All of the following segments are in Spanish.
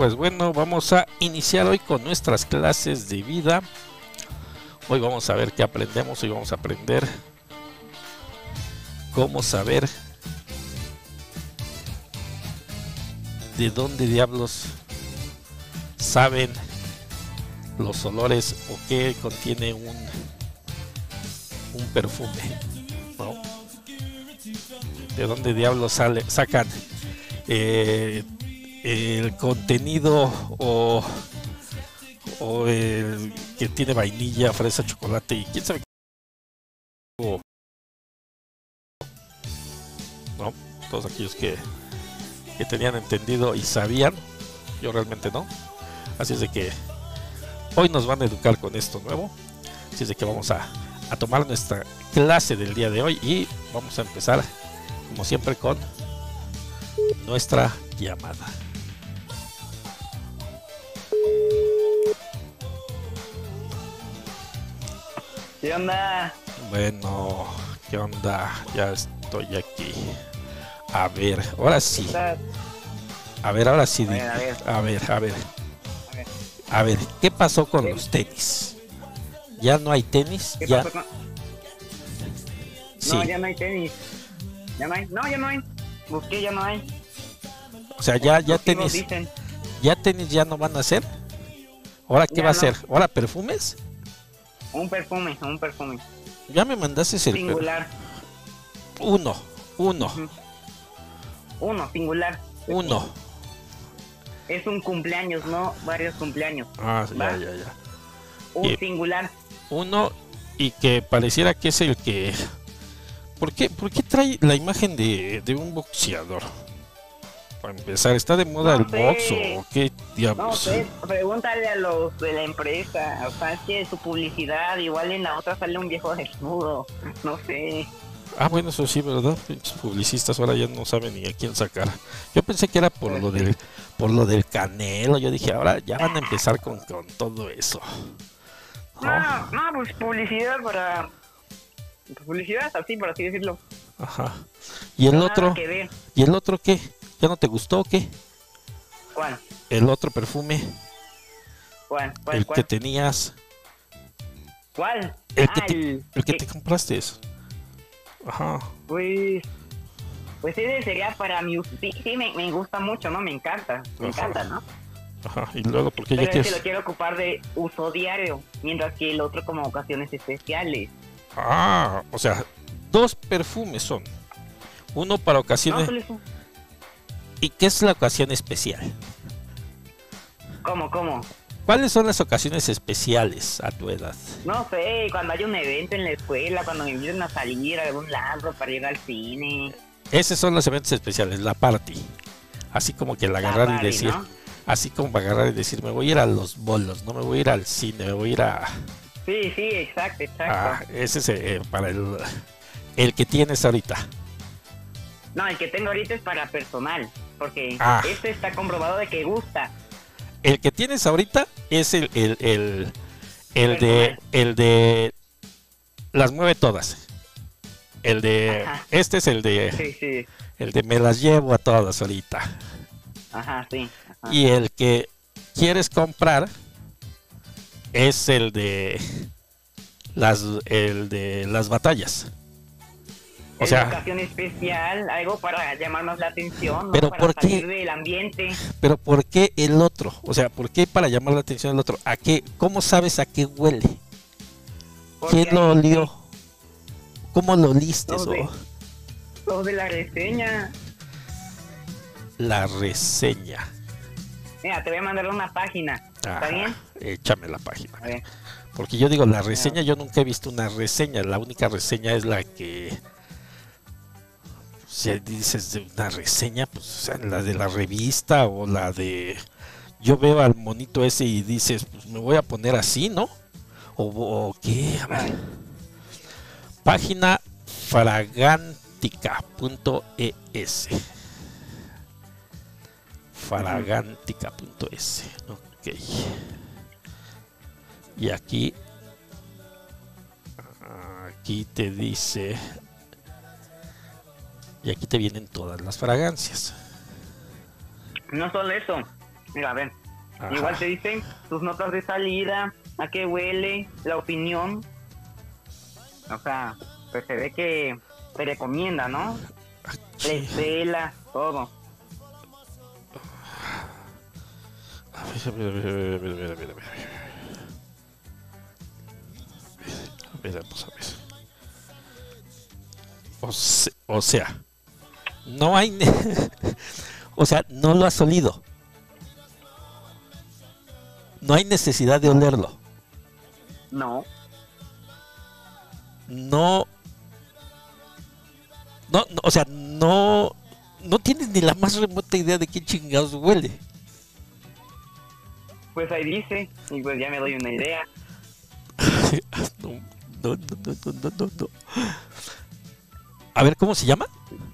Pues bueno, vamos a iniciar hoy con nuestras clases de vida. Hoy vamos a ver qué aprendemos. Hoy vamos a aprender cómo saber de dónde diablos saben los olores o qué contiene un perfume, ¿no? De dónde diablos sacan el contenido o el que tiene vainilla, fresa, chocolate y quién sabe qué, ¿no? Todos aquellos que tenían entendido y sabían, yo realmente no. Así es de que hoy nos van a educar con esto nuevo. Así es de que vamos a tomar nuestra clase del día de hoy y vamos a empezar como siempre con nuestra llamada. ¿Qué onda? Bueno, ¿qué onda? Ya estoy aquí. A ver, ahora sí. A ver, ahora sí. A ver, ¿qué pasó con los tenis? ¿Ya no hay tenis? ¿Qué ¿Ya? pasó con...? Sí. No, ya no hay tenis. ¿Ya no hay? No, ya no hay. Busqué, ya no hay. O sea, ya Los tenis. dicen. ¿Ya tenis ya no van a hacer? ¿Ahora qué Ya va a no. ser? ¿Ahora perfumes? Un perfume. Ya me mandaste el Singular. Uno. Uno, singular. Uno. Es un cumpleaños, no varios cumpleaños. Ah, ¿Va? ya. Un singular. Uno y que pareciera que es el que... ¿Por qué trae la imagen de un boxeador? Para empezar, ¿está de moda No el sé. box o qué No diablos? sé, pregúntale a los de la empresa. O sea, es que su publicidad, igual en la otra sale un viejo desnudo. No sé. Ah, bueno, eso sí, ¿verdad? Pinches publicistas ahora ya no saben ni a quién sacar. Yo pensé que era por lo del Canelo. Yo dije, ahora ya van a empezar con todo eso. No, pues publicidad para... Publicidad, así, por así decirlo. Ajá. ¿Y el No, otro? nada que ver. ¿Y el otro qué? ¿Ya no te gustó o qué? ¿Cuál? El otro perfume, ¿Cuál? el que tenías, ¿Cuál? el que te compraste. Ajá. Pues ese sería para mi... Sí, me gusta mucho, ¿no? Me encanta, ¿no? Ajá. Y luego, ¿por qué ya Pero quieres? ese lo quiero ocupar de uso diario, mientras que el otro como ocasiones especiales. Ah, o sea, dos perfumes son. Uno para No, ocasiones. solo eso. ¿Y qué es la ocasión especial? ¿Cómo? ¿Cuáles son las ocasiones especiales a tu edad? No sé, cuando hay un evento en la escuela, cuando me invitan a salir a algún lado para ir al cine. Esos son los eventos especiales, la party. Así como que el agarrar y party, decir, ¿no? así como agarrar y decir, me voy a ir a los bolos, no me voy a ir al cine, me voy a ir a... Sí, exacto. Ah, ese es para el que tienes ahorita. No, el que tengo ahorita es para personal, porque este está comprobado de que gusta. El que tienes ahorita es el de las mueve todas. Ajá. Este es el de Sí. el de me las llevo a todas ahorita. Ajá, sí. Ajá. Y el que quieres comprar es el de las batallas. O sea, ocasión especial, algo para llamar más la atención, ¿no? Pero para ¿por qué? salir del ambiente. pero ¿por qué el otro? O sea, ¿por qué para llamar la atención el otro? ¿A qué? ¿Cómo sabes a qué huele? Porque ¿Quién lo olió? ¿Cómo lo oliste? Todo de la reseña. La reseña. Mira, te voy a mandar una página. ¿Está bien? Échame la página. A ver. Porque yo digo, la reseña, yo nunca he visto una reseña. La única reseña es la que... Si dices de una reseña, pues o sea, la de la revista o la de... Yo veo al monito ese y dices, pues me voy a poner así, ¿no? O qué, a ver. Página fragántica.es. Fragántica.es. Ok. Y aquí te dice, y aquí te vienen todas las fragancias. No solo eso, Mira, a ver. Ajá. Igual te dicen tus notas de salida, a qué huele, la opinión. O sea, pues se ve que te recomienda, ¿no? La estela, todo. A ver. Vamos a ver. O sea, no hay... o sea, no lo has olido. No hay necesidad de olerlo. No. No, o sea, no tienes ni la más remota idea de qué chingados huele. Pues ahí dice, y pues ya me doy una idea. No. A ver, ¿cómo se llama?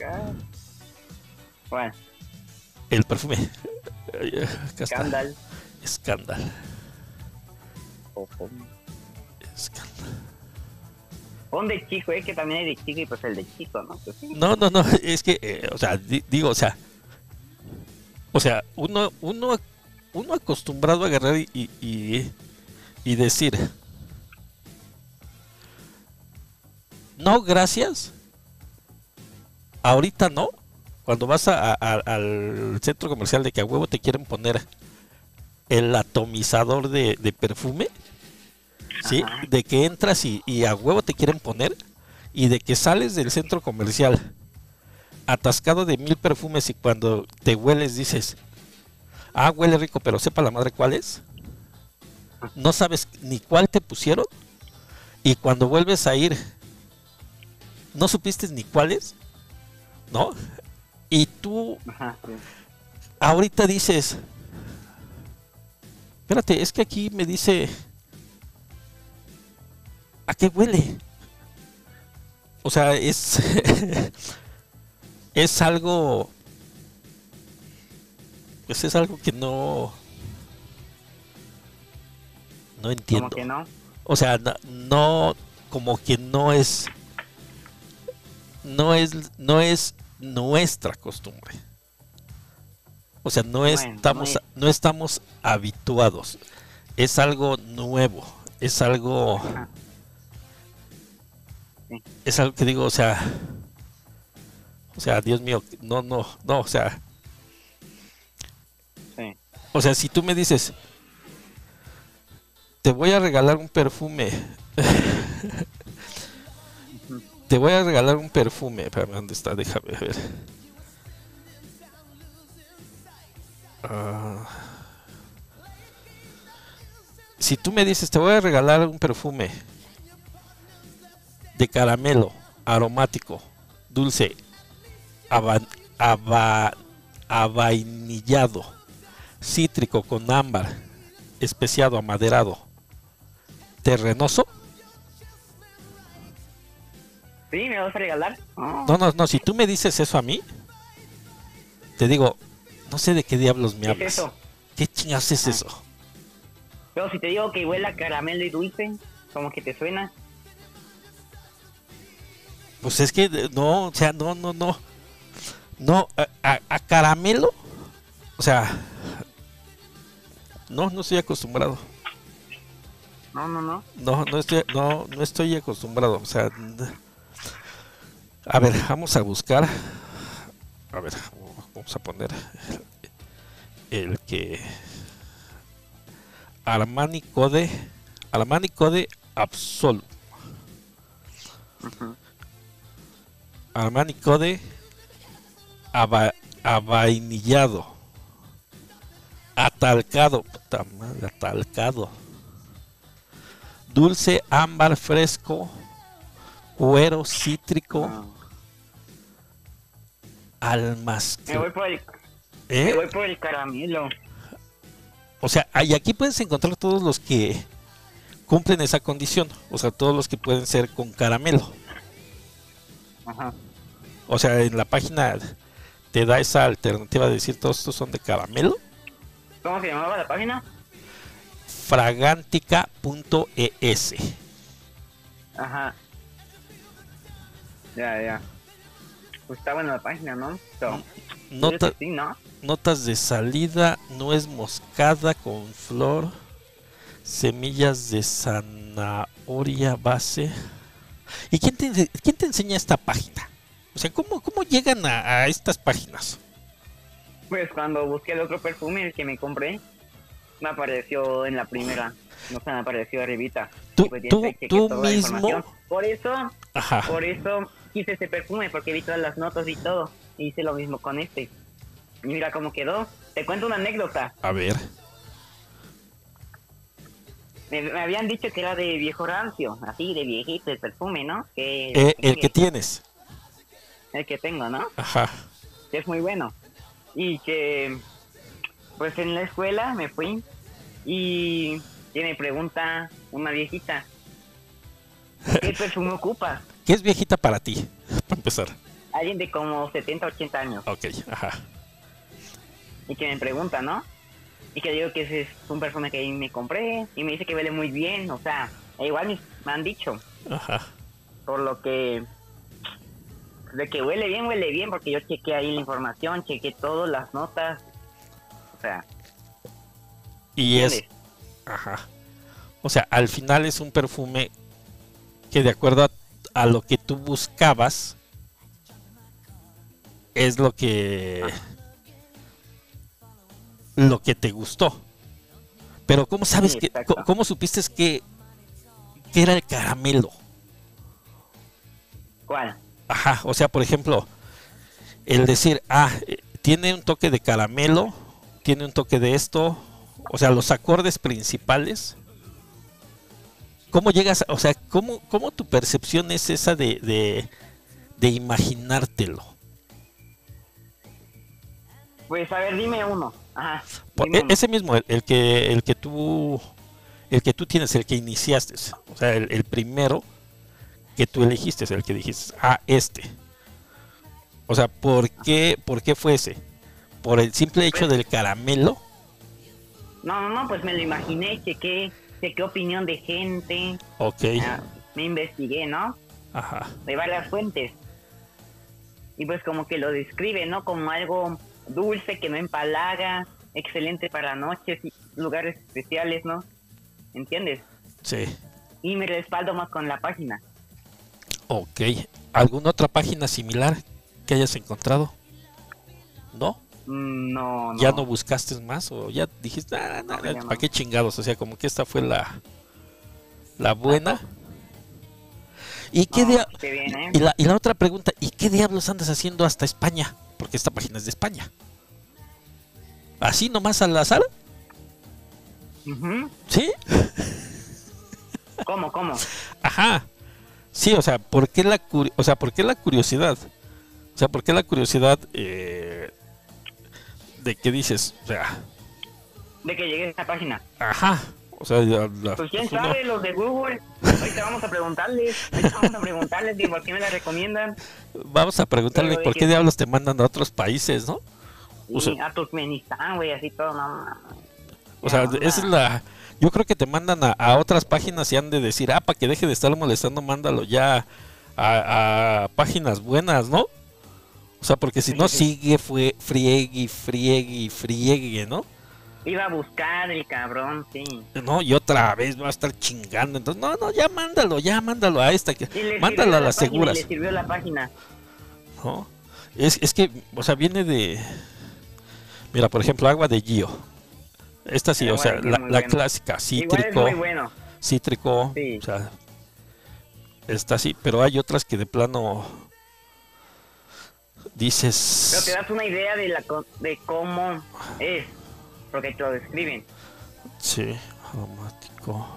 Bueno, El perfume. Acá está. Scandal. Escándalo. Ojo. Escándalo. Un de chico, que también hay de chico y pues el de chico, ¿no? Pues sí. No, es que, o sea, digo, o sea, uno acostumbrado a agarrar y decir, no, gracias, ahorita no, cuando vas al centro comercial de que a huevo te quieren poner el atomizador de perfume, ¿sí? Ajá. De que entras y a huevo te quieren poner, y de que sales del centro comercial atascado de 1000 perfumes y cuando te hueles dices, ah, huele rico, pero sepa la madre cuál es. No sabes ni cuál te pusieron, y cuando vuelves a ir no supiste ni cuál es, ¿no? Y tú Ajá, sí. ahorita dices, espérate, es que aquí me dice, ¿a qué huele? O sea, es es algo, pues es algo que no entiendo. Como que no. O sea, no, como que no es nuestra costumbre. O sea, no estamos habituados. Es algo nuevo, es algo Ajá. Sí. es algo que digo, o sea, Dios mío, no, o sea, Sí. o sea, si tú me dices, te voy a regalar un perfume, Ujú. te voy a regalar un perfume, espérame, ¿dónde está? Déjame ver. Si tú me dices, te voy a regalar un perfume de caramelo, aromático, dulce, ava- ava- avainillado, cítrico con ámbar, especiado, amaderado, terrenoso. Sí, me vas a regalar. No, si tú me dices eso a mí, te digo, no sé de qué diablos me ¿Qué es hablas. eso? ¿Qué chingados es eso? Pero si te digo que huele a caramelo y dulce, como que te suena. Pues es que no, o sea, no. No, a caramelo, o sea, no estoy acostumbrado. No. No estoy acostumbrado. O sea, a ver, vamos a buscar. A ver, vamos a poner el que Armani Code Absolut. Ujú. Armani Code avainillado, atalcado, puta madre, atalcado, dulce, ámbar, fresco, cuero, cítrico, Me voy por el, ¿Eh? me voy por el caramelo. O sea, y aquí puedes encontrar todos los que cumplen esa condición, o sea, todos los que pueden ser con caramelo. Ajá. O sea, en la página te da esa alternativa de decir todos estos son de caramelo. ¿Cómo se llamaba la página? Fragantica.es. Ajá. Ya. Pues está buena la página, ¿no? So, No yo creo que sí, ¿no? notas de salida, nuez moscada con flor, semillas de zanahoria base. ¿Y quién te enseña esta página? O sea, ¿cómo llegan a estas páginas? Pues cuando busqué el otro perfume, el que me compré, me apareció en la primera. No se me apareció arribita. Tú, Pues, tú, chequé tú toda la mismo. información. Ajá. Por eso quise ese perfume, porque vi todas las notas y todo. Y hice lo mismo con este. Y mira cómo quedó. Te cuento una anécdota. A ver. Me habían dicho que era de viejo rancio, así de viejito el perfume, ¿no? El que tienes. El que tengo, ¿no? Ajá. Que es muy bueno. Y que, pues en la escuela me fui y me pregunta una viejita, ¿qué perfume ocupas? ¿Qué es viejita para ti? Para empezar. Alguien de como 70, 80 años. Ok, ajá. Y que me pregunta, ¿no? Y que digo que ese es un perfume que me compré y me dice que huele muy bien, o sea, igual me han dicho. Ajá. Por lo que, de que huele bien, porque yo chequé ahí la información, chequé todas las notas, o sea. Y ¿entiendes? Ajá. O sea, al final es un perfume que de acuerdo a lo que tú buscabas, es lo que te gustó. Pero ¿cómo sabes Sí, que, exacto. cómo supiste que era el caramelo? ¿Cuál? Ajá, o sea, por ejemplo, el decir, tiene un toque de caramelo, tiene un toque de esto, o sea, los acordes principales. ¿Cómo llegas, o sea, cómo tu percepción es esa de imaginártelo? Pues a ver, dime uno. Ajá. Por- Dime uno. ese mismo, el que tú tienes, el que iniciaste, o sea, el primero que tú elegiste, el que dijiste, este. O sea, ¿por qué fue ese? ¿Por el simple hecho del caramelo? No, pues me lo imaginé, chequé opinión de gente, Ok, me investigué, ¿no? ajá, De varias fuentes. Y pues como que lo describe, ¿no? Como algo dulce, que no empalaga, excelente para noches y lugares especiales, ¿no? ¿Entiendes? sí, Y me respaldo más con la página. ok. ¿Alguna otra página similar que hayas encontrado? ¿No? No. ¿Ya no buscaste más? ¿O ya dijiste, ya ¿para no. qué chingados? O sea, como que esta fue la buena. ¿Y qué No, dia- qué bien, ¿eh? y la otra pregunta, ¿y qué diablos andas haciendo hasta España? Porque esta página es de España. ¿Así nomás al azar? Ujú. ¿Sí? ¿Cómo? Ajá. Sí, o sea, ¿por qué la curiosidad? O sea, ¿por qué la curiosidad de qué dices? O sea, De que llegué a esta página. ajá. O sea, Pues quién pues uno- sabe, los de Google. Ahorita vamos a preguntarles que por qué me la recomiendan. vamos a preguntarle Pero de por que- qué diablos te mandan a otros países, ¿no? O sea- Y a Turkmenistán, güey, así todo, no. O sea, Ya, esa es la... Yo creo que te mandan a otras páginas y han de decir, para que deje de estar molestando, mándalo ya a páginas buenas, ¿no? O sea, porque si no sigue friegue, ¿no? Iba a buscar el cabrón, sí. No, y otra vez va a estar chingando. Entonces, no, ya mándalo a esta. Y le Mándalo sirvió a la las página, seguras. y le sirvió la página. ¿No? Es que, o sea, viene de... Mira, por ejemplo, agua de Gio. Esta sí, El o agua sea, de Gio la muy bueno. clásica, Igual es cítrico, muy bueno. Sí. o sea, está así, pero hay otras que de plano Pero te dices, das una idea de cómo es, porque te lo describen. sí, aromático,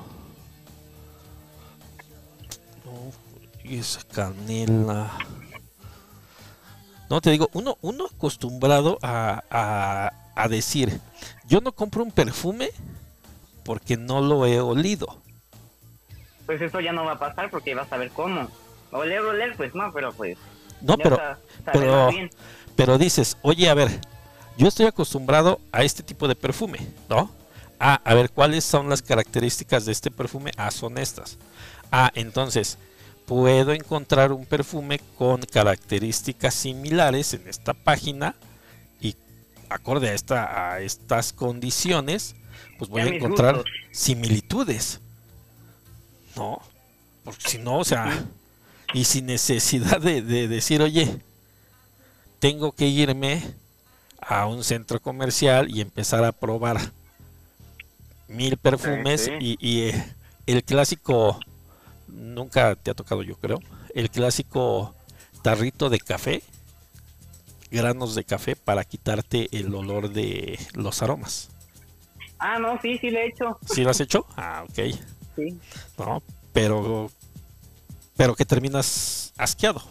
no, y es canela. No, te digo, uno acostumbrado a decir, yo no compro un perfume porque no lo he olido. Pues eso ya no va a pasar porque vas a ver cómo. Oler, pues no, pero pues... No, ya pero, saber más bien. pero dices, oye, a ver, yo estoy acostumbrado a este tipo de perfume, ¿no? A ver, ¿cuáles son las características de este perfume? Son estas. Entonces, puedo encontrar un perfume con características similares en esta página y acorde a estas condiciones, pues voy Ya a mis encontrar gustos. similitudes, ¿no? Porque si no, o sea, y sin necesidad de decir, oye, tengo que irme a un centro comercial y empezar a probar 1000 perfumes Sí. y el clásico, nunca te ha tocado yo creo, el clásico tarrito de café, granos de café para quitarte el olor de los aromas. Ah, no, sí, sí lo he hecho. ¿Sí lo has hecho? Ah, ok. Sí. No, pero que terminas asqueado.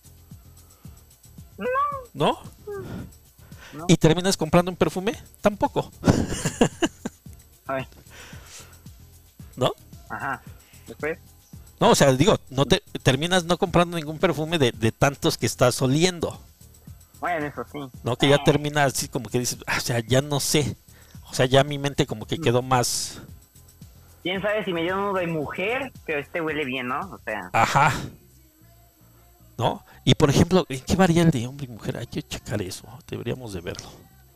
¿No? No. ¿Y terminas comprando un perfume? Tampoco. A ver. ¿No? Ajá. Después. No, o sea, digo, no te terminas no comprando ningún perfume de tantos que estás oliendo. Bueno, eso sí. ¿No? Que ya termina así como que dices, o sea, ya no sé. O sea, ya mi mente como que quedó más... ¿Quién sabe si me dio uno de mujer? Pero este huele bien, ¿no? O sea, Ajá. ¿No? Y por ejemplo, ¿en qué varía el de hombre y mujer? Hay que checar eso. Deberíamos de verlo.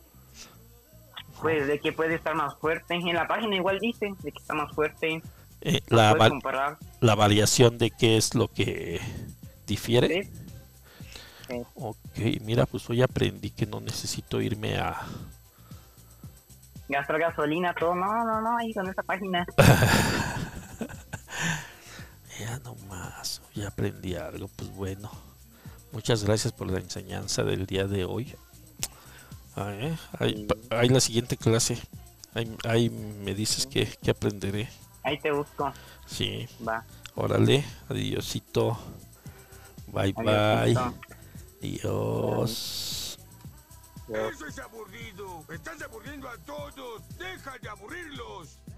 pues de que puede estar más fuerte. En la página igual dice de que está más fuerte. La, Puedes comparar. la variación de qué es lo que difiere. ¿Sí? Sí. Ok, mira, pues hoy aprendí que no necesito irme a... Gastar gasolina, todo. No, ahí con esa página. Ya nomás, hoy aprendí algo, pues bueno. Muchas gracias por la enseñanza del día de hoy. Ahí la siguiente clase. Ahí me dices que aprenderé. Ahí te busco. Sí, Va. órale, adiosito. Bye bye. Adiósito. Dios. Eso es aburrido. Estás aburriendo a todos. Deja de aburrirlos.